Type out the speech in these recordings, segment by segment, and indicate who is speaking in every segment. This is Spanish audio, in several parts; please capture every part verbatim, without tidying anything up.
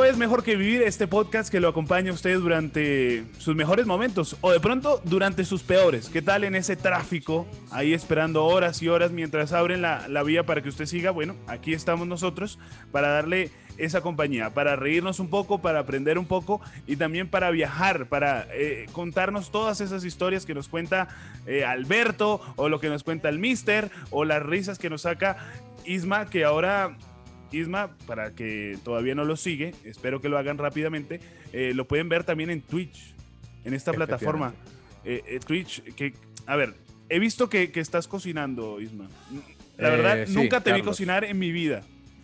Speaker 1: es Mejor que Vivir, este podcast que lo acompaña a ustedes durante sus mejores momentos o de pronto durante sus peores. ¿Qué tal en ese tráfico? Ahí esperando horas y horas mientras abren la, la vía para que usted siga. Bueno, aquí estamos nosotros para darle esa compañía, para reírnos un poco, para aprender un poco y también para viajar, para eh, contarnos todas esas historias que nos cuenta eh, Alberto o lo que nos cuenta el Mister o las risas que nos saca Isma, que ahora... Isma, para que todavía no lo sigue, espero que lo hagan rápidamente, eh, lo pueden ver también en Twitch, en esta plataforma. Eh, eh, Twitch, que, a ver, he visto que, que estás cocinando, Isma. La verdad,
Speaker 2: eh, sí,
Speaker 1: nunca te
Speaker 2: Carlos.
Speaker 1: vi cocinar en mi vida.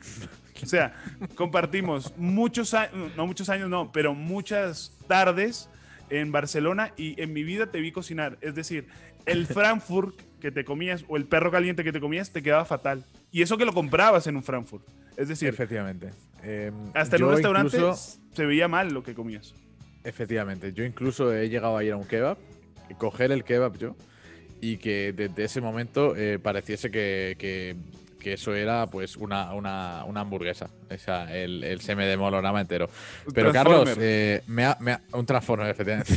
Speaker 1: O sea, compartimos muchos años, no muchos años, no, pero muchas tardes en Barcelona y en mi vida te vi cocinar. Es decir, el Frankfurt que te comías o el perro caliente que te comías te quedaba fatal. Y eso que lo comprabas en un Frankfurt. Es decir,
Speaker 2: efectivamente. Eh,
Speaker 1: hasta en un restaurante
Speaker 2: incluso,
Speaker 1: se veía mal lo que comías.
Speaker 2: Efectivamente. Yo incluso he llegado a ir a un kebab, coger el kebab yo, y que desde ese momento eh, pareciese que, que, que eso era pues una, una, una hamburguesa. O sea, el, el seme de molorama entero.
Speaker 1: Un
Speaker 2: Pero Carlos,
Speaker 1: Transformer.
Speaker 2: eh, me ha, me ha- un transformer, efectivamente.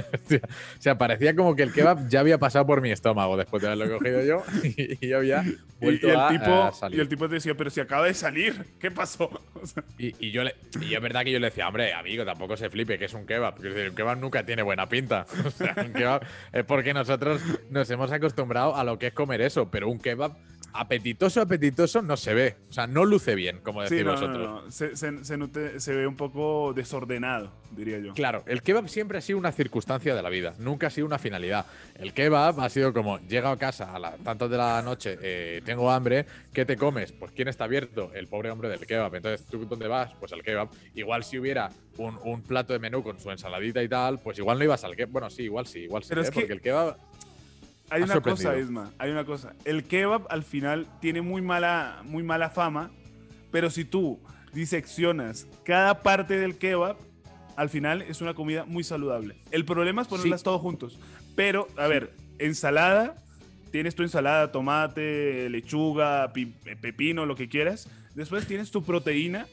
Speaker 2: O sea, parecía como que el kebab ya había pasado por mi estómago después de haberlo cogido yo y, y yo había
Speaker 1: Y,
Speaker 2: vuelto
Speaker 1: y el
Speaker 2: a,
Speaker 1: tipo,
Speaker 2: a salir.
Speaker 1: y el tipo te decía, pero si acaba de salir, ¿qué pasó? O sea,
Speaker 2: Y, y yo le, y es verdad que yo le decía, hombre, amigo, tampoco se flipe, que es un kebab. Quiero decir, un kebab nunca tiene buena pinta. O sea, un kebab es porque nosotros nos hemos acostumbrado a lo que es comer eso, pero un kebab apetitoso, apetitoso no se ve. O sea, no luce bien, como decís
Speaker 1: sí, no,
Speaker 2: vosotros.
Speaker 1: no, no. Se, se, se note- se ve un poco desordenado, diría yo.
Speaker 2: Claro, el kebab siempre ha sido una circunstancia de la vida, nunca ha sido una finalidad. El kebab ha sido como, llego a casa a las tantas de la noche, eh, tengo hambre, ¿qué te comes? Pues ¿quién está abierto? El pobre hombre del kebab. Entonces, ¿tú dónde vas? Pues al kebab. Igual si hubiera un, un plato de menú con su ensaladita y tal, pues igual no ibas al kebab. Bueno, sí, igual sí, igual sí,
Speaker 1: Pero
Speaker 2: ¿eh?
Speaker 1: es que-
Speaker 2: Porque el kebab…
Speaker 1: Hay
Speaker 2: Ha
Speaker 1: una cosa,
Speaker 2: sorprendido.
Speaker 1: Isma, hay una cosa. El kebab al final tiene muy mala, muy mala fama, pero si tú diseccionas cada parte del kebab, al final es una comida muy saludable. El problema es ponerlas
Speaker 2: Sí.
Speaker 1: todos juntos. Pero, a ver, ensalada, tienes tu ensalada, tomate, lechuga, pi- pepino, lo que quieras. Después tienes tu proteína,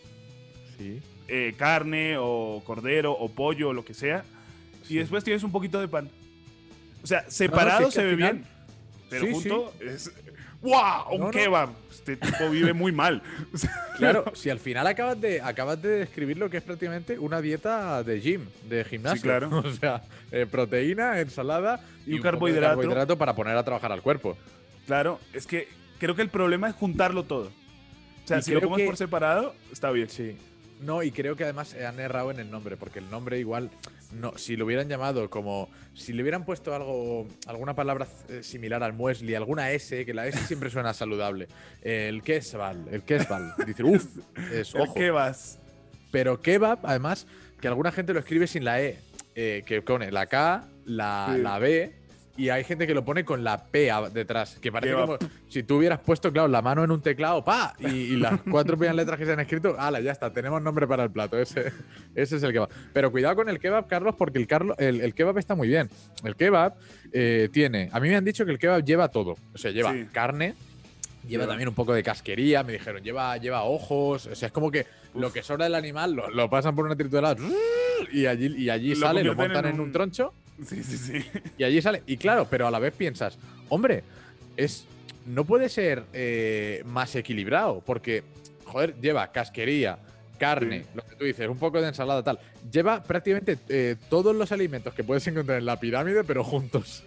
Speaker 2: Sí.
Speaker 1: eh, carne o cordero o pollo o lo que sea.
Speaker 2: Sí.
Speaker 1: Y después tienes un poquito de pan. O sea, separado
Speaker 2: No, no, si es que
Speaker 1: se
Speaker 2: al
Speaker 1: ve
Speaker 2: final-
Speaker 1: bien, pero
Speaker 2: Sí,
Speaker 1: junto es… ¡Wow! Un
Speaker 2: No, no.
Speaker 1: kebab. Este tipo vive muy mal. O sea,
Speaker 2: Claro, si al final acabas de, acabas de describir lo que es prácticamente una dieta de gym, de gimnasio.
Speaker 1: Sí, claro.
Speaker 2: O sea, eh, proteína, ensalada
Speaker 1: Y un
Speaker 2: poco de
Speaker 1: carbohidrato.
Speaker 2: carbohidrato para poner a trabajar al cuerpo.
Speaker 1: claro, es que creo que el problema es juntarlo todo. O sea,
Speaker 2: Y
Speaker 1: si lo
Speaker 2: creo
Speaker 1: comes
Speaker 2: que-
Speaker 1: por separado, está bien.
Speaker 2: Sí. No, y creo que además han errado en el nombre, porque el nombre igual, no, si lo hubieran llamado como, si le hubieran puesto algo, alguna palabra eh, similar al muesli, alguna S, que la S siempre suena saludable. El kesbal, el kesbal. Dice, uff, es
Speaker 1: El
Speaker 2: ojo.
Speaker 1: kebabs.
Speaker 2: Pero kebab, además, que alguna gente lo escribe sin la E, eh, que pone la K, la,
Speaker 1: Sí.
Speaker 2: la B, y hay gente que lo pone con la P a- detrás, que parece
Speaker 1: Kebab.
Speaker 2: como si tú hubieras puesto, claro, la mano en un teclado, ¡pa! Y, y las cuatro primeras letras que se han escrito, ¡hala, ya está! Tenemos nombre para el plato, ese, ese es el kebab. Pero cuidado con el kebab, Carlos, porque el, Carlo- el, el kebab está muy bien. El kebab eh, tiene, a mí me han dicho que el kebab lleva todo, o sea, lleva
Speaker 1: Sí.
Speaker 2: carne, lleva
Speaker 1: Lleva.
Speaker 2: también un poco de casquería, me dijeron, lleva, lleva ojos, o sea, es como que lo que sobra del animal lo, lo pasan por una trituradora y allí, y allí
Speaker 1: Lo
Speaker 2: sale, lo
Speaker 1: convierten
Speaker 2: montan
Speaker 1: en
Speaker 2: en un,
Speaker 1: un-
Speaker 2: troncho
Speaker 1: Sí, sí, sí.
Speaker 2: y allí sale. Y claro, pero a la vez piensas, hombre, es no puede ser eh, más equilibrado, porque, joder, lleva casquería, carne,
Speaker 1: Sí.
Speaker 2: lo que tú dices, un poco de ensalada, tal. Lleva prácticamente eh, todos los alimentos que puedes encontrar en la pirámide, pero juntos.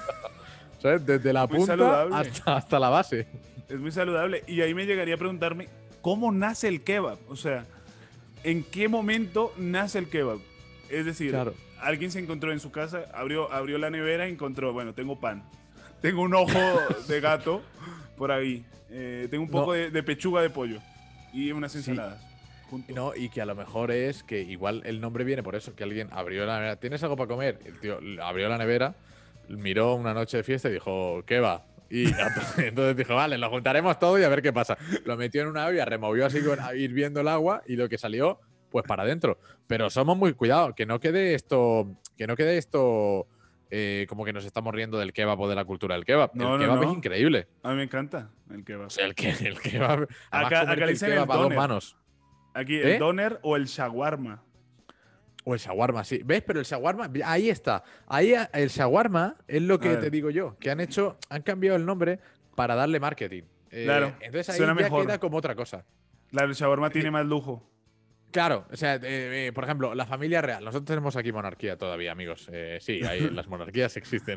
Speaker 2: ¿Sabes? Desde la
Speaker 1: Muy
Speaker 2: punta
Speaker 1: saludable.
Speaker 2: hasta, hasta la base.
Speaker 1: Es muy saludable. Y ahí me llegaría a preguntarme, ¿cómo nace el kebab? O sea, ¿en qué momento nace el kebab? Es decir,
Speaker 2: Claro.
Speaker 1: alguien se encontró en su casa, abrió, abrió la nevera y encontró, bueno, tengo pan. Tengo un ojo de gato por ahí. eh, tengo un poco
Speaker 2: No.
Speaker 1: de, de pechuga de pollo y unas
Speaker 2: Sí.
Speaker 1: ensaladas. Junto.
Speaker 2: No, y que a lo mejor es que igual el nombre viene por eso, que alguien abrió la nevera. ¿Tienes algo para comer? El tío abrió la nevera, miró una noche de fiesta y dijo, ¿qué va? Y entonces dijo, vale, lo juntaremos todo y a ver qué pasa. Lo metió en una olla, removió así con hirviendo el agua y lo que salió, pues para adentro. Pero somos muy cuidados, que no quede esto, que no quede esto eh, como que nos estamos riendo del kebab o de la cultura del kebab.
Speaker 1: No,
Speaker 2: el
Speaker 1: no,
Speaker 2: kebab
Speaker 1: no.
Speaker 2: es increíble.
Speaker 1: A mí me encanta el kebab.
Speaker 2: O sea, el, que, el kebab. Además,
Speaker 1: Acá-
Speaker 2: comerte
Speaker 1: acá le
Speaker 2: el
Speaker 1: dicen el
Speaker 2: kebab a dos
Speaker 1: doner.
Speaker 2: manos.
Speaker 1: Aquí, el
Speaker 2: ¿Eh?
Speaker 1: doner o el shawarma.
Speaker 2: O el shawarma, sí. ¿Ves? Pero el shawarma, ahí está. Ahí el shawarma es lo
Speaker 1: A
Speaker 2: que te
Speaker 1: ver,
Speaker 2: digo yo, que han hecho, han cambiado el nombre para darle marketing. Eh,
Speaker 1: claro,
Speaker 2: entonces
Speaker 1: suena
Speaker 2: ahí ya
Speaker 1: mejor.
Speaker 2: queda como otra cosa.
Speaker 1: Claro, el shawarma
Speaker 2: Es
Speaker 1: tiene
Speaker 2: decir,
Speaker 1: más lujo.
Speaker 2: claro, o sea, eh, eh, por ejemplo, la familia real. Nosotros tenemos aquí monarquía todavía, amigos. Eh, sí, hay, las monarquías existen.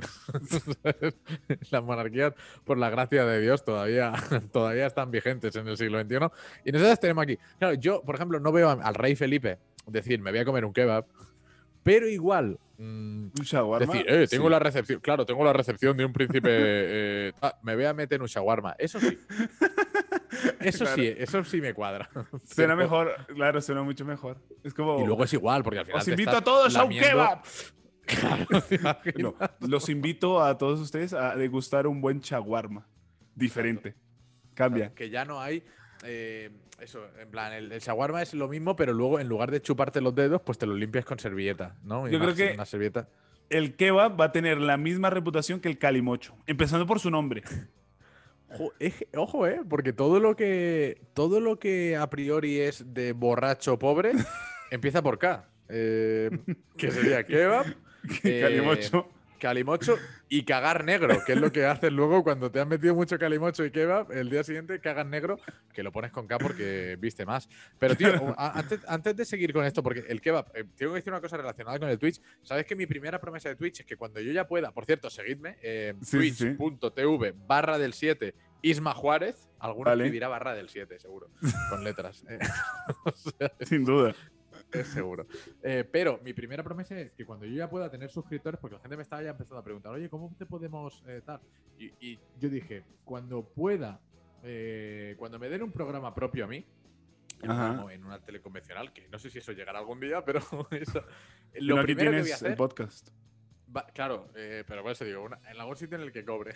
Speaker 2: Las monarquías, por la gracia de Dios, todavía, todavía están vigentes en el siglo veintiuno. Y nosotros tenemos aquí. Claro, yo, por ejemplo, no veo al rey Felipe decir, me voy a comer un kebab, pero igual. Mmm,
Speaker 1: ¿Un shawarma?
Speaker 2: decir, eh, tengo
Speaker 1: Sí.
Speaker 2: la recepción. Claro, tengo la recepción de un príncipe. Eh, ah, me voy a meter en un shawarma. Eso sí. Eso
Speaker 1: Claro.
Speaker 2: sí, eso sí me cuadra.
Speaker 1: Suena
Speaker 2: Pero,
Speaker 1: mejor, claro, suena mucho mejor. Es
Speaker 2: y
Speaker 1: como,
Speaker 2: luego es igual, porque al final
Speaker 1: os
Speaker 2: te
Speaker 1: invito
Speaker 2: estás
Speaker 1: a todos a un
Speaker 2: lamiendo.
Speaker 1: kebab.
Speaker 2: Claro, ¿te imaginas?
Speaker 1: No, los invito a todos ustedes a degustar un buen shawarma.
Speaker 2: Exacto,
Speaker 1: Diferente.
Speaker 2: exacto.
Speaker 1: Cambia.
Speaker 2: Que ya no hay. eh, eso, en plan, el, el shawarma es lo mismo, pero luego en lugar de chuparte los dedos, pues te los limpias con servilleta, ¿no? Y
Speaker 1: Yo
Speaker 2: una,
Speaker 1: creo que
Speaker 2: una servilleta.
Speaker 1: el kebab va a tener la misma reputación que el calimocho, empezando por su nombre.
Speaker 2: Jo- es- ojo, eh, porque todo lo que todo lo que a priori es de borracho pobre empieza por K. Eh, que sería kebab, eh,
Speaker 1: Calimocho.
Speaker 2: calimocho y cagar negro, que es lo que haces luego cuando te has metido mucho calimocho y kebab, el día siguiente cagas negro, que lo pones con K porque viste más. Pero tío, a- antes, antes de seguir con esto, porque el kebab, eh, tengo que decir una cosa relacionada con el Twitch. Sabes que mi primera promesa de Twitch es que cuando yo ya pueda, por cierto, seguidme, eh,
Speaker 1: Sí, sí, sí.
Speaker 2: twitch.tv barra del siete Isma Juárez, alguno
Speaker 1: Vale.
Speaker 2: escribirá barra del siete, seguro, con letras. eh. O sea,
Speaker 1: Sin duda.
Speaker 2: es seguro. Eh, pero mi primera promesa es que cuando yo ya pueda tener suscriptores, porque la gente me estaba ya empezando a preguntar, oye, ¿cómo te podemos eh, dar? Y, y yo dije, cuando pueda, eh, cuando me den un programa propio a mí, en
Speaker 1: Ajá.
Speaker 2: una, en una tele convencional, que no sé si eso llegará algún día, pero eso,
Speaker 1: Si
Speaker 2: lo
Speaker 1: no, aquí
Speaker 2: primero que voy a
Speaker 1: tienes
Speaker 2: hacer.
Speaker 1: el podcast.
Speaker 2: Va- claro, eh, pero por eso digo, una- en algún sitio en el que cobre.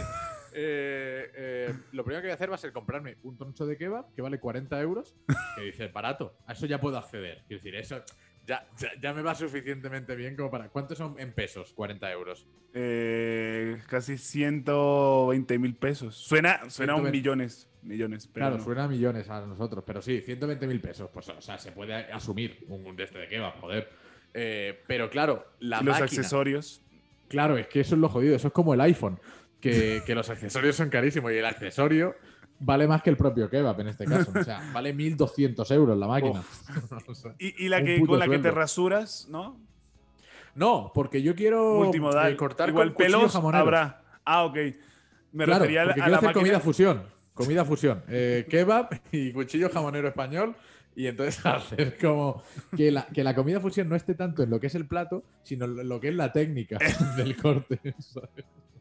Speaker 2: Eh, eh, lo primero que voy a hacer va a ser comprarme un troncho de kebab que vale cuarenta euros, que dice barato. A eso ya puedo acceder. Quiero decir, eso ya, ya, ya me va suficientemente bien como para. ¿Cuántos son en pesos? cuarenta euros.
Speaker 1: Eh, casi ciento veinte mil pesos. Suena, suena a un
Speaker 2: ciento veinte.
Speaker 1: millones. Millones, pero
Speaker 2: Claro,
Speaker 1: no.
Speaker 2: suena a millones a nosotros, pero sí, ciento veinte mil pesos. Pues, o sea, se puede asumir un, un de este de kebab, joder. Eh, pero claro, la
Speaker 1: Y los
Speaker 2: máquina.
Speaker 1: accesorios.
Speaker 2: Claro, es que eso es lo jodido. Eso es como el iPhone, que, que los accesorios son carísimos y el accesorio vale más que el propio kebab en este caso. O sea, vale mil doscientos euros la máquina. O sea,
Speaker 1: Y, y la
Speaker 2: un
Speaker 1: que
Speaker 2: puto
Speaker 1: con la que te
Speaker 2: sueldo.
Speaker 1: rasuras, ¿no?
Speaker 2: No, porque yo quiero
Speaker 1: Multimodal.
Speaker 2: eh, cortar
Speaker 1: Igual
Speaker 2: con cuchillo
Speaker 1: pelos
Speaker 2: jamonero.
Speaker 1: habrá. Ah, ok. Me
Speaker 2: Claro,
Speaker 1: refería a la,
Speaker 2: porque
Speaker 1: a
Speaker 2: quiero
Speaker 1: la
Speaker 2: hacer
Speaker 1: máquina.
Speaker 2: comida fusión. Comida fusión. Eh, kebab y cuchillo jamonero español. Y entonces hacer como que la, que la comida fusión no esté tanto en lo que es el plato, sino en lo que es la técnica del corte. ¿sabes?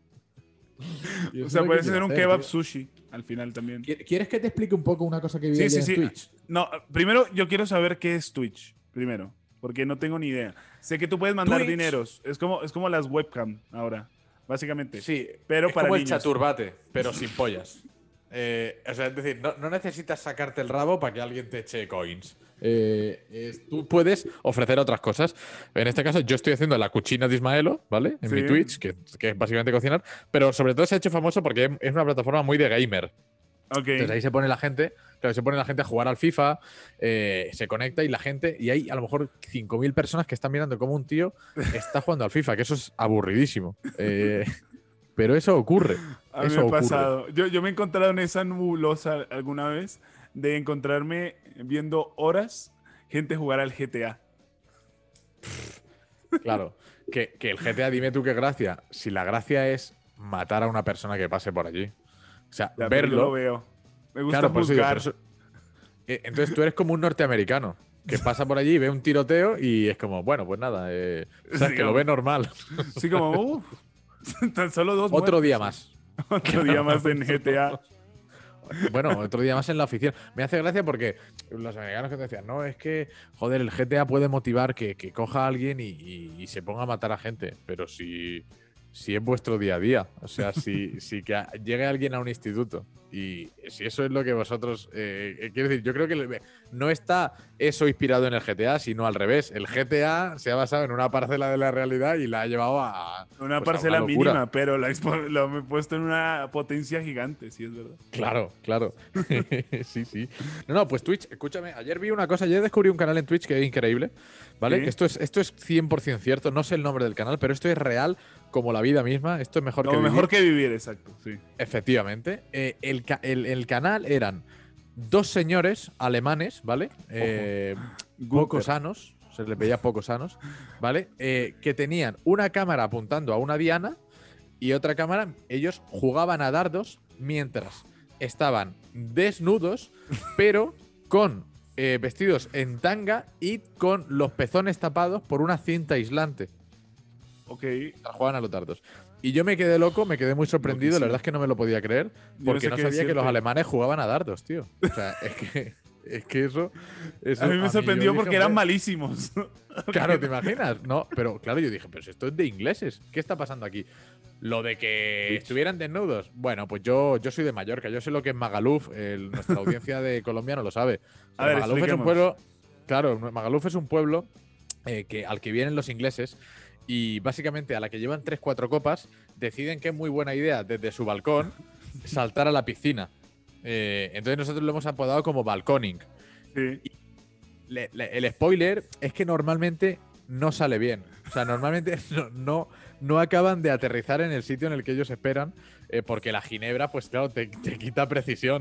Speaker 2: Y eso
Speaker 1: O
Speaker 2: es
Speaker 1: sea,
Speaker 2: lo que
Speaker 1: puedes
Speaker 2: quiero
Speaker 1: hacer un
Speaker 2: hacer,
Speaker 1: kebab
Speaker 2: tío.
Speaker 1: sushi al final también.
Speaker 2: ¿Quieres que te explique un poco una cosa que vi
Speaker 1: Sí,
Speaker 2: ayer
Speaker 1: sí,
Speaker 2: en
Speaker 1: sí.
Speaker 2: Twitch?
Speaker 1: No, primero yo quiero saber qué es Twitch. Primero. Porque no tengo ni idea. Sé que tú puedes mandar
Speaker 2: Twitch.
Speaker 1: dineros. Es como, es como las webcam ahora. Básicamente.
Speaker 2: Sí,
Speaker 1: Pero
Speaker 2: es
Speaker 1: para
Speaker 2: como el
Speaker 1: niños.
Speaker 2: chaturbate, pero sin pollas. Eh, o sea, es decir, no, no necesitas sacarte el rabo para que alguien te eche coins. Eh, es- tú puedes ofrecer otras cosas. En este caso, yo estoy haciendo la cuchina de Ismaelo, ¿vale? En
Speaker 1: Sí.
Speaker 2: mi Twitch, que, que es básicamente cocinar. Pero sobre todo se ha hecho famoso porque es una plataforma muy de gamer.
Speaker 1: Ok.
Speaker 2: Entonces ahí se pone la gente, claro, se pone la gente a jugar al FIFA, eh, se conecta y la gente, y hay a lo mejor cinco mil personas que están mirando cómo un tío está jugando al FIFA, que eso es aburridísimo. Eh, pero eso ocurre.
Speaker 1: A mí
Speaker 2: eso
Speaker 1: me ha
Speaker 2: ocurre.
Speaker 1: pasado. Yo, yo me he encontrado en esa nebulosa alguna vez de encontrarme viendo horas gente jugar al G T A.
Speaker 2: Claro. Que, que el G T A, dime tú qué gracia. Si la gracia es matar a una persona que pase por allí. O sea,
Speaker 1: Ya, pero yo
Speaker 2: verlo.
Speaker 1: lo veo. Me gusta
Speaker 2: Claro, por eso digo,
Speaker 1: juzgar.
Speaker 2: pero eso- Eh, entonces tú eres como un norteamericano que pasa por allí, ve un tiroteo y es como, bueno, pues nada. Eh, o sea,
Speaker 1: Sí,
Speaker 2: que lo
Speaker 1: como-
Speaker 2: ve normal.
Speaker 1: Así como, uff, tan solo dos
Speaker 2: Otro
Speaker 1: muertes.
Speaker 2: día más.
Speaker 1: Otro día más en G T A.
Speaker 2: Bueno, otro día más en la oficina. Me hace gracia porque los americanos que te decían, no, es que, joder, el G T A puede motivar que, que coja a alguien y, y- y se ponga a matar a gente. Pero si, si es vuestro día a día, o sea, si, si que a- llegue alguien a un instituto y si eso es lo que vosotros. Eh, eh, quiero decir, yo creo que le- no está eso inspirado en el G T A, sino al revés. El G T A se ha basado en una parcela de la realidad y la ha llevado a
Speaker 1: Una
Speaker 2: pues,
Speaker 1: parcela
Speaker 2: a una locura.
Speaker 1: mínima, pero la expo- lo he puesto en una potencia gigante, sí es verdad.
Speaker 2: Claro, claro. Sí, sí. No, no, pues Twitch, escúchame, ayer vi una cosa, ayer descubrí un canal en Twitch que es increíble, ¿vale?
Speaker 1: ¿Sí?
Speaker 2: Esto es, esto es cien por ciento cierto, no sé el nombre del canal, pero esto es real como la vida misma, esto es mejor
Speaker 1: No,
Speaker 2: que vivir.
Speaker 1: mejor que vivir, exacto, sí.
Speaker 2: Efectivamente. Eh, el, ca- el- el canal eran dos señores alemanes, ¿vale? Eh, poco
Speaker 1: Gunther.
Speaker 2: sanos, se les veía poco sanos, ¿vale? Eh, que tenían una cámara apuntando a una diana y otra cámara, ellos jugaban a dardos mientras estaban desnudos, pero con eh, vestidos en tanga y con los pezones tapados por una cinta aislante.
Speaker 1: Ok.
Speaker 2: Mientras jugaban a los dardos. Y yo me quedé loco, me quedé muy sorprendido,
Speaker 1: Loquísimo.
Speaker 2: la verdad es que no me lo podía creer,
Speaker 1: Yo
Speaker 2: porque
Speaker 1: sé
Speaker 2: no
Speaker 1: qué
Speaker 2: sabía que los
Speaker 1: decirte.
Speaker 2: alemanes jugaban a dardos, tío. O sea, es que, es que eso, eso
Speaker 1: A mí me
Speaker 2: yo
Speaker 1: sorprendió
Speaker 2: dije,
Speaker 1: porque eran
Speaker 2: hombre,
Speaker 1: malísimos.
Speaker 2: Claro, ¿te imaginas? No, pero claro, yo dije, pero si esto es de ingleses, ¿qué está pasando aquí? Lo de que
Speaker 1: Twitch.
Speaker 2: estuvieran desnudos. Bueno, pues yo, yo soy de Mallorca, yo sé lo que es Magaluf, el- nuestra audiencia de Colombia no lo sabe. O sea,
Speaker 1: A ver,
Speaker 2: Magaluf es un
Speaker 1: expliquemos.
Speaker 2: pueblo. Claro, Magaluf es un pueblo eh, que, al que vienen los ingleses y básicamente a la que llevan tres cuatro copas deciden que es muy buena idea desde su balcón saltar a la piscina. Eh, entonces nosotros lo hemos apodado como balconing.
Speaker 1: Sí.
Speaker 2: Le- le- el spoiler es que normalmente no sale bien. O sea, normalmente no, no, no acaban de aterrizar en el sitio en el que ellos esperan, eh, porque la ginebra, pues claro, te, te quita precisión.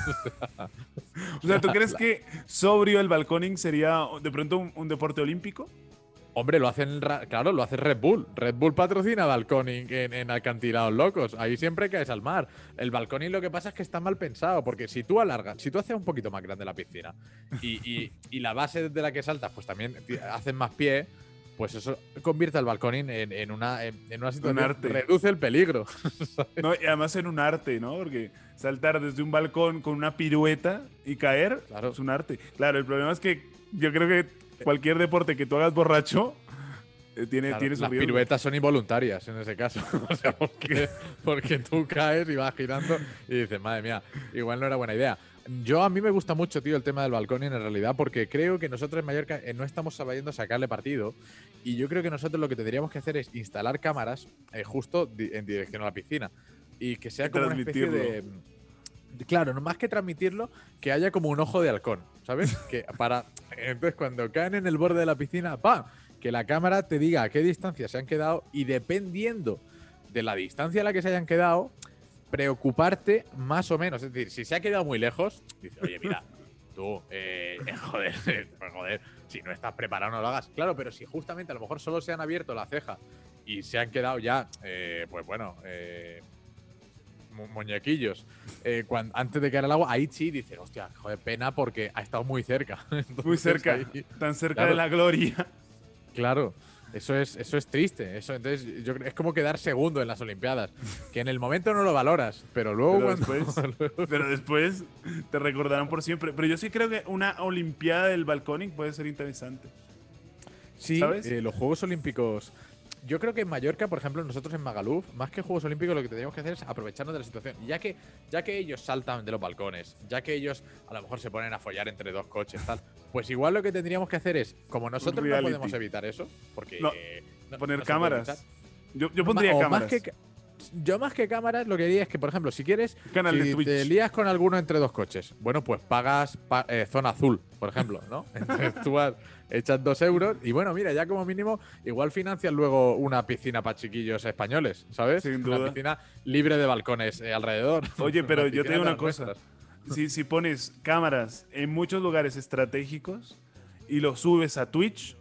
Speaker 1: O sea, ¿tú crees que sobrio el balconing sería de pronto un, un deporte olímpico?
Speaker 2: Hombre, lo hacen, ra- claro, lo hace Red Bull. Red Bull patrocina balconing en, en acantilados locos. Ahí siempre caes al mar. El balconing lo que pasa es que está mal pensado, porque si tú alargas, si tú haces un poquito más grande la piscina y, y- y la base de la que saltas, pues también ti- haces más pie, pues eso convierte al balconing en, en una, en, en una situación.
Speaker 1: arte.
Speaker 2: Reduce el peligro.
Speaker 1: No, y además en un arte, ¿no? Porque saltar desde un balcón con una pirueta y caer
Speaker 2: Claro.
Speaker 1: es un arte. Claro, el problema es que yo creo que cualquier deporte que tú hagas borracho eh, tiene,
Speaker 2: Claro,
Speaker 1: tiene su
Speaker 2: las
Speaker 1: riesgo.
Speaker 2: piruetas son involuntarias en ese caso. O sea, porque, porque tú caes y vas girando y dices, madre mía, igual no era buena idea. Yo a mí me gusta mucho, tío, el tema del balcón en realidad, porque creo que nosotros en Mallorca eh, no estamos sabiendo sacarle partido. Y yo creo que nosotros lo que tendríamos que hacer es instalar cámaras eh, justo di- en dirección a la piscina. Y que sea
Speaker 1: Y
Speaker 2: como una especie de.
Speaker 1: transmitirlo.
Speaker 2: de- Claro, no más que transmitirlo, que haya como un ojo de halcón, ¿sabes? Que para. Entonces, cuando caen en el borde de la piscina, ¡pam! Que la cámara te diga a qué distancia se han quedado y dependiendo de la distancia a la que se hayan quedado, preocuparte más o menos. Es decir, si se ha quedado muy lejos, dice, oye, mira, tú, eh, joder, pues joder, si no estás preparado no lo hagas. Claro, pero si justamente a lo mejor solo se han abierto la ceja y se han quedado ya, eh, pues bueno, eh, mu- muñequillos, eh, cuan- antes de caer al agua, ahí sí dices, hostia, joder, pena porque ha estado muy cerca.
Speaker 1: Muy
Speaker 2: Entonces,
Speaker 1: cerca,
Speaker 2: ahí-
Speaker 1: tan cerca
Speaker 2: claro.
Speaker 1: de la gloria.
Speaker 2: Claro, eso es, eso es triste. Eso, entonces, yo creo- es como quedar segundo en las Olimpiadas. Que en el momento no lo valoras, pero luego
Speaker 1: Pero
Speaker 2: cuando.
Speaker 1: después,
Speaker 2: luego-
Speaker 1: pero después te recordarán por siempre. Pero yo sí creo que una olimpiada del balconing puede ser interesante.
Speaker 2: sí,
Speaker 1: ¿sabes?
Speaker 2: eh, los Juegos Olímpicos. Yo creo que en Mallorca, por ejemplo, nosotros en Magaluf, más que Juegos Olímpicos, lo que tendríamos que hacer es aprovecharnos de la situación. Y Ya que, ya que ellos saltan de los balcones, ya que ellos a lo mejor se ponen a follar entre dos coches, tal, pues igual lo que tendríamos que hacer es, como nosotros no
Speaker 1: reality.
Speaker 2: podemos evitar eso, porque.
Speaker 1: No,
Speaker 2: eh, no-
Speaker 1: Poner
Speaker 2: no se puede evitar.
Speaker 1: cámaras. Yo, yo pondría
Speaker 2: Ma- o
Speaker 1: cámaras.
Speaker 2: Más que, ca- yo más que cámaras lo que haría es que, por ejemplo, si quieres,
Speaker 1: Canal de
Speaker 2: si
Speaker 1: Twitch.
Speaker 2: te lías con alguno entre dos coches, bueno, pues pagas pa- eh, zona azul, por ejemplo, ¿no? Entonces tú vas, echas dos euros y bueno, mira, ya como mínimo, igual financias luego una piscina para chiquillos españoles, ¿sabes?
Speaker 1: Sin
Speaker 2: Una
Speaker 1: duda.
Speaker 2: piscina libre de balcones eh, alrededor.
Speaker 1: Oye, pero
Speaker 2: Una
Speaker 1: yo te
Speaker 2: piscina
Speaker 1: digo
Speaker 2: de
Speaker 1: una
Speaker 2: las
Speaker 1: cosa.
Speaker 2: nuestras.
Speaker 1: Si, si pones cámaras en muchos lugares estratégicos y los subes a Twitch,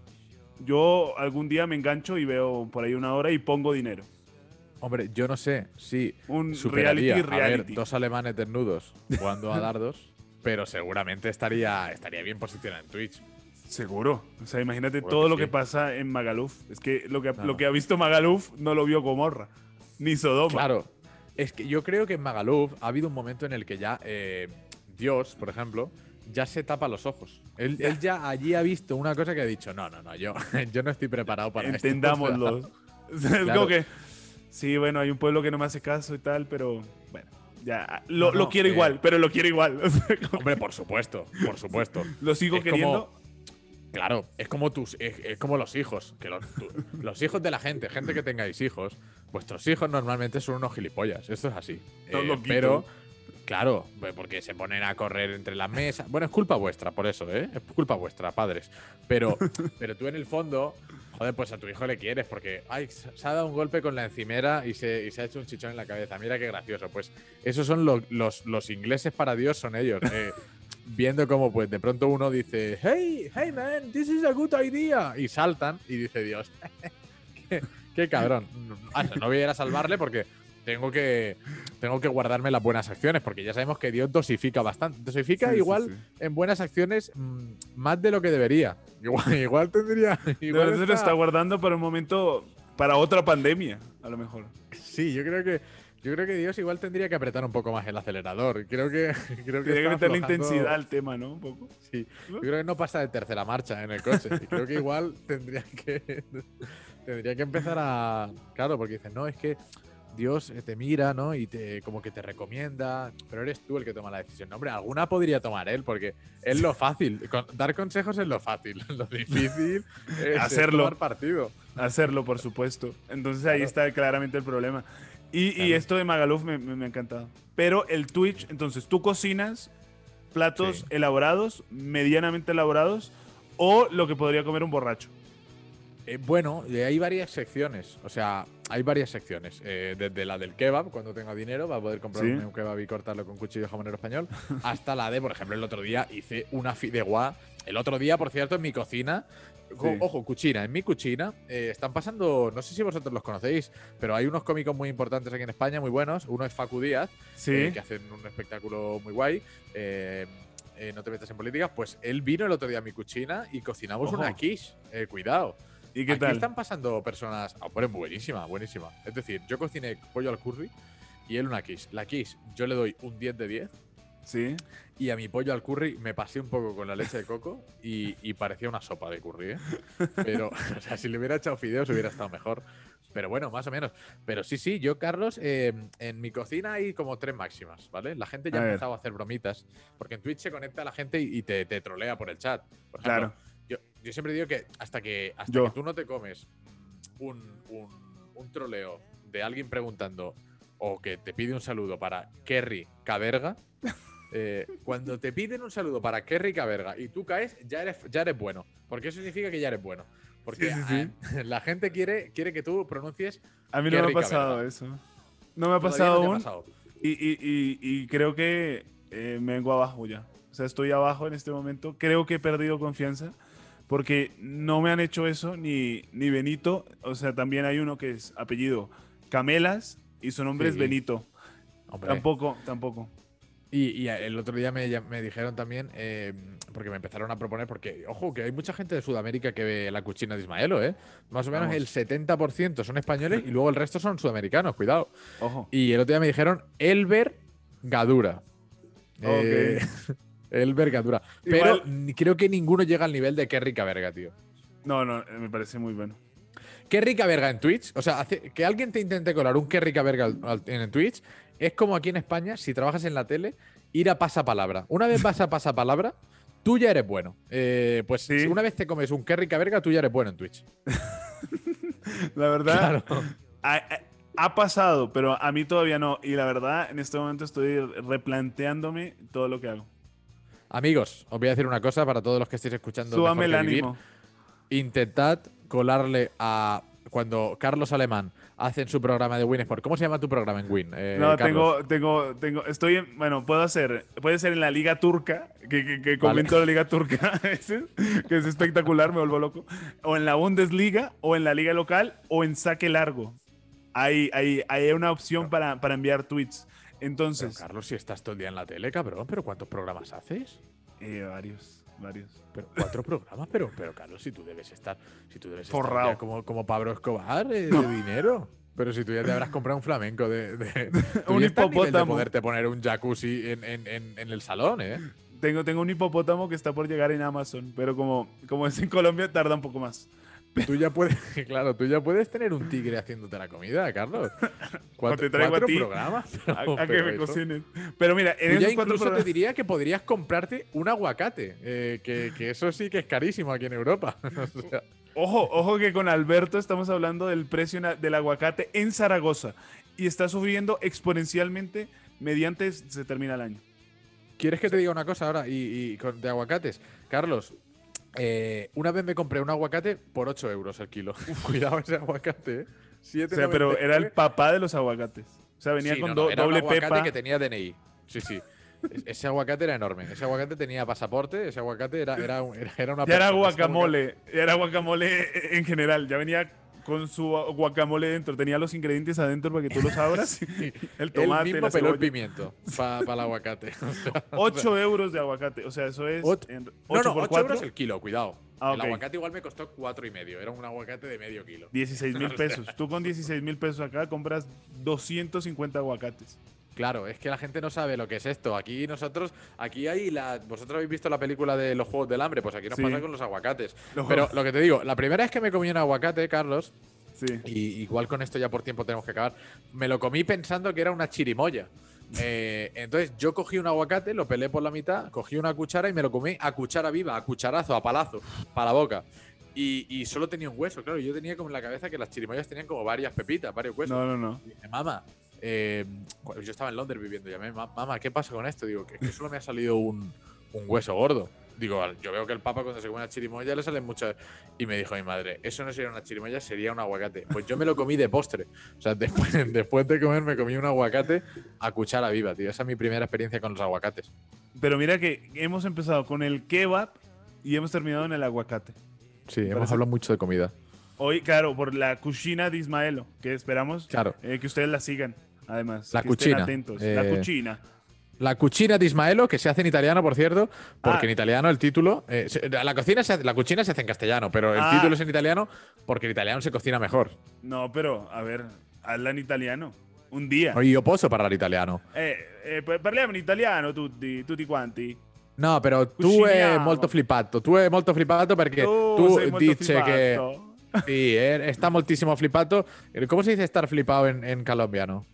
Speaker 1: yo algún día me engancho y veo por ahí una hora y pongo dinero.
Speaker 2: Hombre, yo no sé si
Speaker 1: Un
Speaker 2: superaría
Speaker 1: reality
Speaker 2: a ver
Speaker 1: reality.
Speaker 2: dos alemanes desnudos jugando a dardos, pero seguramente estaría, estaría bien posicionado en Twitch.
Speaker 1: Seguro. O sea, imagínate
Speaker 2: Seguro
Speaker 1: todo
Speaker 2: que
Speaker 1: lo
Speaker 2: sí.
Speaker 1: que pasa en Magaluf. Es que lo que,
Speaker 2: No.
Speaker 1: lo que ha visto Magaluf no lo vio Gomorra. Ni Sodoma.
Speaker 2: Claro, es que yo creo que en Magaluf ha habido un momento en el que ya eh, Dios, por ejemplo, ya se tapa los ojos. Él, él ya allí ha visto una cosa que ha dicho, no, no, no, yo, yo no estoy preparado para esto".
Speaker 1: Entendámoslo. O sea, es
Speaker 2: Claro.
Speaker 1: como que, sí, bueno, hay un pueblo que no me hace caso y tal, pero bueno. Ya, lo,
Speaker 2: No, no,
Speaker 1: lo quiero
Speaker 2: eh,
Speaker 1: igual, pero lo quiero igual. O sea, como
Speaker 2: Hombre, por supuesto, por supuesto.
Speaker 1: lo sigo
Speaker 2: Es
Speaker 1: queriendo.
Speaker 2: como- Claro, es como tus, es, es como los hijos, que los, tu- los hijos de la gente, gente que tengáis hijos, vuestros hijos normalmente son unos gilipollas, esto es así.
Speaker 1: Los
Speaker 2: Eh,
Speaker 1: loquitos.
Speaker 2: pero, claro, pues porque se ponen a correr entre las mesas. Bueno, es culpa vuestra, por eso, ¿eh? Es culpa vuestra, padres. Pero, pero tú en el fondo, joder, pues a tu hijo le quieres porque, ay, se se ha dado un golpe con la encimera y se, y se ha hecho un chichón en la cabeza. Mira qué gracioso. Pues esos son lo- los, los ingleses para Dios, son ellos. Eh, viendo cómo pues de pronto uno dice, hey, hey man, this is a good idea. Y saltan y dice Dios, qué, qué cabrón. Ah, no voy a ir a salvarle porque tengo que, tengo que guardarme las buenas acciones, porque ya sabemos que Dios dosifica bastante. Dosifica
Speaker 1: Sí, sí,
Speaker 2: igual
Speaker 1: sí.
Speaker 2: en buenas acciones mm, más de lo que debería. Igual, igual tendría.
Speaker 1: De
Speaker 2: Igual
Speaker 1: verdad se lo
Speaker 2: está-
Speaker 1: está guardando para un momento, para otra pandemia, a lo mejor.
Speaker 2: Sí, yo creo que. Yo creo que Dios igual tendría que apretar un poco más el acelerador. Creo que. Creo que
Speaker 1: Tiene que
Speaker 2: está
Speaker 1: meterle
Speaker 2: aflojando-
Speaker 1: intensidad al tema, ¿no? Un poco.
Speaker 2: Sí, yo creo que no pasa de tercera marcha en el coche. Y creo que igual tendría que tendría que empezar a. Claro, porque dicen, no, es que Dios eh, te mira, ¿no? Y te como que te recomienda, pero eres tú el que toma la decisión. No, hombre, alguna podría tomar él, porque es lo fácil. Con- dar consejos es lo fácil. Lo difícil es
Speaker 1: Hacerlo.
Speaker 2: tomar partido.
Speaker 1: Hacerlo, por supuesto. Entonces ahí
Speaker 2: Claro.
Speaker 1: está claramente el problema. Y, y
Speaker 2: Claro.
Speaker 1: esto de Magaluf me, me- me ha encantado. Pero el Twitch, entonces, ¿tú cocinas platos
Speaker 2: Sí.
Speaker 1: elaborados, medianamente elaborados, o lo que podría comer un borracho?
Speaker 2: Eh, bueno, eh, hay varias secciones. O sea, hay varias secciones. Eh, desde la del kebab, cuando tenga dinero, va a poder comprarme
Speaker 1: Sí.
Speaker 2: un kebab y cortarlo con cuchillo jamonero español. Hasta la de, por ejemplo, el otro día hice una fideuá. El otro día, por cierto, en mi cocina. co-
Speaker 1: Sí.
Speaker 2: Ojo, cuchina. En mi cuchina eh, están pasando. No sé si vosotros los conocéis, pero hay unos cómicos muy importantes aquí en España, muy buenos. Uno es Facu Díaz,
Speaker 1: Sí.
Speaker 2: eh, que hacen un espectáculo muy guay. Eh, eh, no te metas en política. Pues él vino el otro día a mi cuchina y cocinamos
Speaker 1: Ojo.
Speaker 2: una quiche. Eh, cuidado.
Speaker 1: ¿Y qué
Speaker 2: Aquí
Speaker 1: tal?
Speaker 2: están pasando personas. Ah, hombre, buenísima, buenísima. Es decir, yo cociné pollo al curry y él una quiche. La quiche yo le doy un diez de diez
Speaker 1: Sí.
Speaker 2: y a mi pollo al curry me pasé un poco con la leche de coco y, y parecía una sopa de curry, ¿eh? Pero, o sea, si le hubiera echado fideos hubiera estado mejor. Pero bueno, más o menos. Pero sí, sí, yo, Carlos, eh, en mi cocina hay como tres máximas, ¿vale? La gente ya
Speaker 1: A
Speaker 2: ha
Speaker 1: ver.
Speaker 2: empezado a hacer bromitas, porque en Twitch se conecta la gente y, y te, te trolea por el chat. Por ejemplo,
Speaker 1: Claro.
Speaker 2: yo, yo siempre digo que hasta que, hasta
Speaker 1: Yo.
Speaker 2: que tú no te comes un, un, un troleo de alguien preguntando o que te pide un saludo para Kerry Caberga, eh, cuando te piden un saludo para Kerry Caberga y tú caes, ya eres, ya eres bueno. Porque eso significa que ya eres bueno. Porque
Speaker 1: Sí, sí, sí.
Speaker 2: eh, la gente quiere, quiere que tú pronuncies.
Speaker 1: A mí
Speaker 2: Qué
Speaker 1: no me ha
Speaker 2: rica,
Speaker 1: pasado
Speaker 2: ¿verdad?
Speaker 1: eso. No me ha
Speaker 2: Todavía
Speaker 1: pasado
Speaker 2: no te ha
Speaker 1: aún.
Speaker 2: pasado.
Speaker 1: Y, y- y- y creo que eh, me vengo abajo ya. O sea, estoy abajo en este momento. Creo que he perdido confianza porque no me han hecho eso ni, ni Benito. O sea, también hay uno que es apellido Camelas y su nombre
Speaker 2: Sí.
Speaker 1: es Benito.
Speaker 2: Hombre.
Speaker 1: Tampoco, tampoco.
Speaker 2: Y, y el otro día me, llam- me dijeron también, eh, porque me empezaron a proponer, porque, ojo, que hay mucha gente de Sudamérica que ve la cuchina de Ismaelo, ¿eh? Más o menos
Speaker 1: Vamos.
Speaker 2: el setenta por ciento son españoles y luego el resto son sudamericanos, cuidado.
Speaker 1: Ojo.
Speaker 2: Y el otro día me dijeron Elber Gadura. Eh, Elber Gadura. Pero
Speaker 1: Igual-
Speaker 2: ni- creo que ninguno llega al nivel de Qué rica verga, tío.
Speaker 1: No, no, eh, me parece muy bueno.
Speaker 2: Qué rica verga en Twitch. O sea, hace- que alguien te intente colar un qué rica verga al- al- en Twitch es como aquí en España, si trabajas en la tele, ir a pasapalabra. Una vez vas a pasapalabra, tú ya eres bueno. Eh, pues
Speaker 1: Sí.
Speaker 2: si una vez te comes un qué rica verga, tú ya eres bueno en Twitch.
Speaker 1: La verdad,
Speaker 2: Claro.
Speaker 1: ha, ha- ha pasado, pero a mí todavía no. Y la verdad, en este momento estoy replanteándome todo lo que hago.
Speaker 2: Amigos, os voy a decir una cosa para todos los que estéis escuchando.
Speaker 1: Súbame
Speaker 2: Mejor
Speaker 1: el
Speaker 2: que Vivir.
Speaker 1: ánimo.
Speaker 2: Intentad colarle a. Cuando Carlos Alemán hace en su programa de Win Sport. ¿Cómo se llama tu programa en Win? eh,
Speaker 1: No,
Speaker 2: Carlos?
Speaker 1: tengo, tengo, tengo, estoy en, bueno, puedo hacer, puede ser en la Liga Turca, que, que, que comento la Liga Turca, ese, que es espectacular, me vuelvo loco, o en la Bundesliga, o en la Liga local, o en saque largo. Hay, hay, hay una opción para, para enviar tweets.
Speaker 2: Pero,
Speaker 1: Entonces,
Speaker 2: Carlos, si estás todo el día en la tele, cabrón, ¿pero cuántos programas haces?
Speaker 1: eh, varios, varios.
Speaker 2: Pero cuatro programas, pero, pero Carlos, si tú debes estar, si tú debes estar
Speaker 1: Forrao.
Speaker 2: ya como, como Pablo Escobar eh, de dinero. Pero si tú ya te habrás comprado un flamenco de, de tú
Speaker 1: Un
Speaker 2: ya estás al nivel de
Speaker 1: hipopótamo.
Speaker 2: poderte poner un jacuzzi en, en, en, en el salón, ¿eh?
Speaker 1: Tengo, tengo un hipopótamo que está por llegar en Amazon, pero como, como es en Colombia, tarda un poco más.
Speaker 2: Tú ya puedes, claro, tú ya puedes tener un tigre haciéndote la comida, Carlos.
Speaker 1: O te
Speaker 2: Cuatro,
Speaker 1: traigo a
Speaker 2: cuatro
Speaker 1: ti
Speaker 2: programas.
Speaker 1: a, a que
Speaker 2: pero
Speaker 1: me
Speaker 2: eso-
Speaker 1: cocines. Pero mira, en
Speaker 2: Tú ya
Speaker 1: esos cuatro
Speaker 2: incluso te
Speaker 1: programas.
Speaker 2: diría que podrías comprarte un aguacate, eh, que, que eso sí que es carísimo aquí en Europa. O sea,
Speaker 1: Ojo, ojo que con Alberto estamos hablando del precio na- del aguacate en Zaragoza. Y está subiendo exponencialmente mediante se termina el año.
Speaker 2: ¿quieres que te diga una cosa ahora? Y, y con- de aguacates. Carlos, eh, una vez me compré un aguacate por ocho euros el kilo. Cuidado ese aguacate, ¿eh?
Speaker 1: O sea, pero era el papá de los aguacates. O sea, venía
Speaker 2: Sí,
Speaker 1: con
Speaker 2: no,
Speaker 1: do-
Speaker 2: no, era un
Speaker 1: doble
Speaker 2: aguacate
Speaker 1: pepa.
Speaker 2: que tenía D N I. Sí, sí. Es- Ese aguacate era enorme. Ese aguacate tenía pasaporte. Ese aguacate era, era, un- era, era una
Speaker 1: Ya era
Speaker 2: persona. Ese
Speaker 1: guacamole. Ya era guacamole en general. Ya venía con su guacamole dentro. Tenía los ingredientes adentro para que tú los abras.
Speaker 2: aguacate-
Speaker 1: El
Speaker 2: Él
Speaker 1: tomate,
Speaker 2: mismo
Speaker 1: la
Speaker 2: peló el
Speaker 1: cebolla.
Speaker 2: pimiento para el aguacate. O sea,
Speaker 1: ocho euros de aguacate. O sea, eso es.
Speaker 2: Ot-
Speaker 1: en-
Speaker 2: no,
Speaker 1: ocho
Speaker 2: no,
Speaker 1: por
Speaker 2: ocho
Speaker 1: cuatro,
Speaker 2: euros el kilo, cuidado.
Speaker 1: Ah,
Speaker 2: El
Speaker 1: ok.
Speaker 2: aguacate igual me costó cuatro y medio. Era un aguacate de medio kilo.
Speaker 1: dieciséis mil pesos. Tú con dieciséis mil pesos acá compras doscientos cincuenta aguacates.
Speaker 2: Claro, es que la gente no sabe lo que es esto. Aquí nosotros, aquí hay la. Vosotros habéis visto la película de los Juegos del Hambre, pues aquí nos
Speaker 1: Sí.
Speaker 2: pasa con los aguacates.
Speaker 1: Los
Speaker 2: Pero
Speaker 1: juegos-
Speaker 2: lo que te digo, la primera vez que me comí un aguacate, Carlos,
Speaker 1: Sí.
Speaker 2: y igual con esto ya por tiempo tenemos que acabar, me lo comí pensando que era una chirimoya. Eh, entonces yo cogí un aguacate, lo pelé por la mitad, cogí una cuchara y me lo comí a cuchara viva, a cucharazo, a palazo, para la boca. Y, y solo tenía un hueso, claro. Yo tenía como en la cabeza que las chirimoyas tenían como varias pepitas, varios huesos.
Speaker 1: No, no, no.
Speaker 2: Y dije, mamá, eh, yo estaba en Londres viviendo, llamé, "Ma- mamá, ¿qué pasa con esto? Digo, que es que solo me ha salido un, un hueso gordo. Digo, al- yo veo que el papa cuando se come una chirimoya le salen muchas. Y me dijo mi madre, eso no sería una chirimoya, sería un aguacate. Pues yo me lo comí de postre. O sea, después, después de comer me comí un aguacate a cuchara viva, tío. Esa es mi primera experiencia con los aguacates.
Speaker 1: Pero mira que hemos empezado con el kebab y hemos terminado en el aguacate.
Speaker 2: Sí, hemos
Speaker 1: parece-
Speaker 2: hablado mucho de comida.
Speaker 1: Hoy, claro, por la cucina de Ismaelo, que esperamos
Speaker 2: Claro.
Speaker 1: eh, que ustedes la sigan, además.
Speaker 2: La
Speaker 1: que estén
Speaker 2: cucina,
Speaker 1: atentos.
Speaker 2: eh,
Speaker 1: La cucina.
Speaker 2: La cucina de Ismaelo, que se hace en italiano, por cierto, porque
Speaker 1: Ah.
Speaker 2: en italiano el título. eh, se- la, cocina se hace- la cucina se hace en castellano, pero el
Speaker 1: Ah.
Speaker 2: título es en italiano porque en italiano se cocina mejor.
Speaker 1: No, pero, a ver, hazla en italiano. Un día.
Speaker 2: Io posso parlare italiano.
Speaker 1: Eh, eh, pa- parliamo in italiano tutti, tutti quanti.
Speaker 2: No, però tu è
Speaker 1: Cuciniamo.
Speaker 2: molto flippato. Tu è molto flippato perché
Speaker 1: Tu
Speaker 2: tu
Speaker 1: sei molto
Speaker 2: dice che.
Speaker 1: flippato.
Speaker 2: Sì, eh, está moltísimo flippato. ¿Cómo se dice estar flipado en, en colombiano?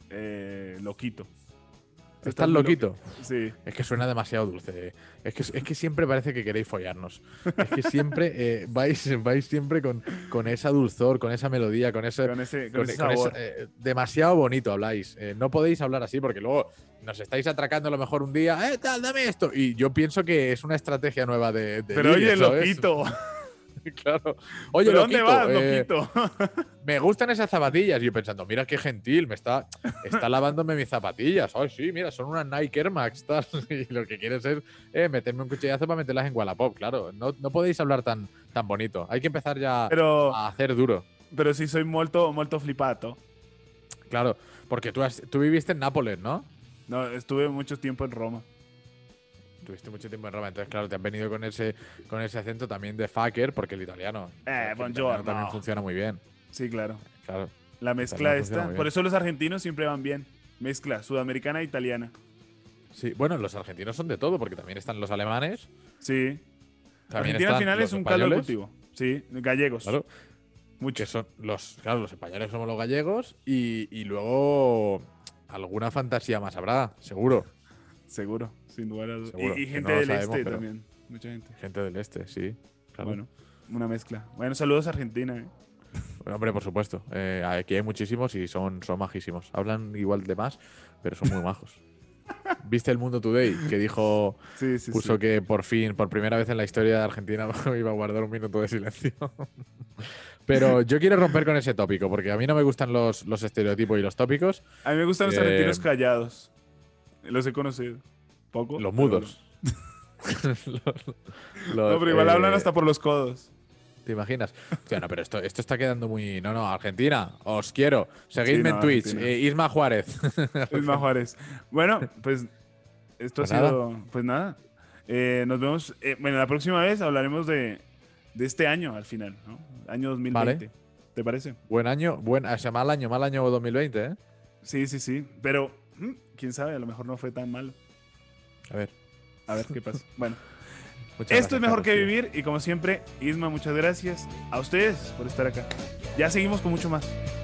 Speaker 1: Eh, loquito.
Speaker 2: ¿Estás
Speaker 1: muy
Speaker 2: loquito?
Speaker 1: loqui- Sí.
Speaker 2: Es que suena demasiado dulce. eh. Es que, es que siempre parece que queréis follarnos. Es que siempre eh, vais, vais siempre con, con esa dulzor, con esa melodía, con ese.
Speaker 1: Con ese, con
Speaker 2: con-
Speaker 1: ese
Speaker 2: con
Speaker 1: sabor.
Speaker 2: ese- eh, demasiado bonito habláis. Eh, no podéis hablar así porque luego nos estáis atracando a lo mejor un día. ¡Eh, tal, dame esto! Y yo pienso que es una estrategia nueva de. de
Speaker 1: Pero oye,
Speaker 2: Lidia, ¿sabes?
Speaker 1: loquito.
Speaker 2: Claro. Oye,
Speaker 1: ¿Pero dónde
Speaker 2: loquito,
Speaker 1: vas,
Speaker 2: eh,
Speaker 1: loquito?
Speaker 2: me gustan esas zapatillas. Y yo pensando, mira qué gentil, me está, está lavándome mis zapatillas. Ay, sí, mira, son unas Nike Air Max, tal. Y lo que quieres es eh, meterme un cuchillazo para meterlas en Wallapop, claro. No, no podéis hablar tan, tan bonito. Hay que empezar ya
Speaker 1: Pero,
Speaker 2: a hacer duro.
Speaker 1: pero sí soy molto, molto flipato.
Speaker 2: Claro, porque tú, has- tú viviste en Nápoles, ¿no?
Speaker 1: No, estuve mucho tiempo en Roma.
Speaker 2: Tuviste mucho tiempo en Roma, entonces claro, te has venido con ese, con ese acento también de fucker, porque el italiano,
Speaker 1: Eh,
Speaker 2: sabes que el italiano
Speaker 1: buongiorno.
Speaker 2: también funciona muy bien.
Speaker 1: Sí, claro.
Speaker 2: Claro.
Speaker 1: La mezcla
Speaker 2: Italiano funciona
Speaker 1: esta.
Speaker 2: muy
Speaker 1: Por
Speaker 2: bien.
Speaker 1: eso los argentinos siempre van bien. Mezcla sudamericana e italiana.
Speaker 2: Sí, bueno, los argentinos son de todo, porque también están los alemanes.
Speaker 1: Sí.
Speaker 2: También
Speaker 1: Argentina al
Speaker 2: están
Speaker 1: final
Speaker 2: los
Speaker 1: es un caldo de
Speaker 2: españoles,
Speaker 1: cultivo. Sí, gallegos.
Speaker 2: Claro, que
Speaker 1: Muchos.
Speaker 2: son los, claro, los españoles somos los gallegos y, y luego alguna fantasía más habrá, seguro.
Speaker 1: Seguro, sin lugar a dudas.
Speaker 2: Seguro,
Speaker 1: Y, y
Speaker 2: que
Speaker 1: gente
Speaker 2: no lo
Speaker 1: del
Speaker 2: sabemos,
Speaker 1: este
Speaker 2: pero-
Speaker 1: también. Mucha gente.
Speaker 2: Gente del este, sí. Claro.
Speaker 1: Bueno, una mezcla. Bueno, saludos a Argentina. ¿eh?
Speaker 2: Bueno, hombre, por supuesto. Eh, aquí hay muchísimos y son, son majísimos. Hablan igual de más, pero son muy majos. ¿Viste el Mundo Today? Que dijo,
Speaker 1: Sí, sí,
Speaker 2: puso
Speaker 1: sí.
Speaker 2: que por fin, por primera vez en la historia de Argentina, iba a guardar un minuto de silencio. Pero yo quiero romper con ese tópico, porque a mí no me gustan los, los estereotipos y los tópicos.
Speaker 1: A mí me gustan los
Speaker 2: Eh,
Speaker 1: argentinos callados. Los he conocido. Poco.
Speaker 2: Los
Speaker 1: pero
Speaker 2: mudos. Los-
Speaker 1: No, pero igual
Speaker 2: eh,
Speaker 1: hablan hasta por los codos.
Speaker 2: ¿Te imaginas? Hostia, no, pero esto, esto está quedando muy. No, no, Argentina, os quiero. Seguidme
Speaker 1: Sí, no,
Speaker 2: en Twitch,
Speaker 1: Argentina.
Speaker 2: eh, Isma Juárez.
Speaker 1: Isma Juárez. Bueno, pues esto
Speaker 2: Pues
Speaker 1: ha sido. Pues nada. Eh, nos vemos. eh, bueno, la próxima vez hablaremos de, de este año al final, ¿no? Año dos mil veinte. ¿Te parece?
Speaker 2: Buen año, buen, o sea, mal año, mal año dos mil veinte, ¿eh?
Speaker 1: Sí, sí, sí. Pero, mm, quién sabe, a lo mejor no fue tan malo.
Speaker 2: A ver.
Speaker 1: A ver qué pasa. Bueno,
Speaker 2: Muchas
Speaker 1: Esto
Speaker 2: gracias,
Speaker 1: es mejor
Speaker 2: Carlos,
Speaker 1: que
Speaker 2: tío.
Speaker 1: vivir y como siempre, Isma, muchas gracias a ustedes por estar acá. Ya seguimos con mucho más.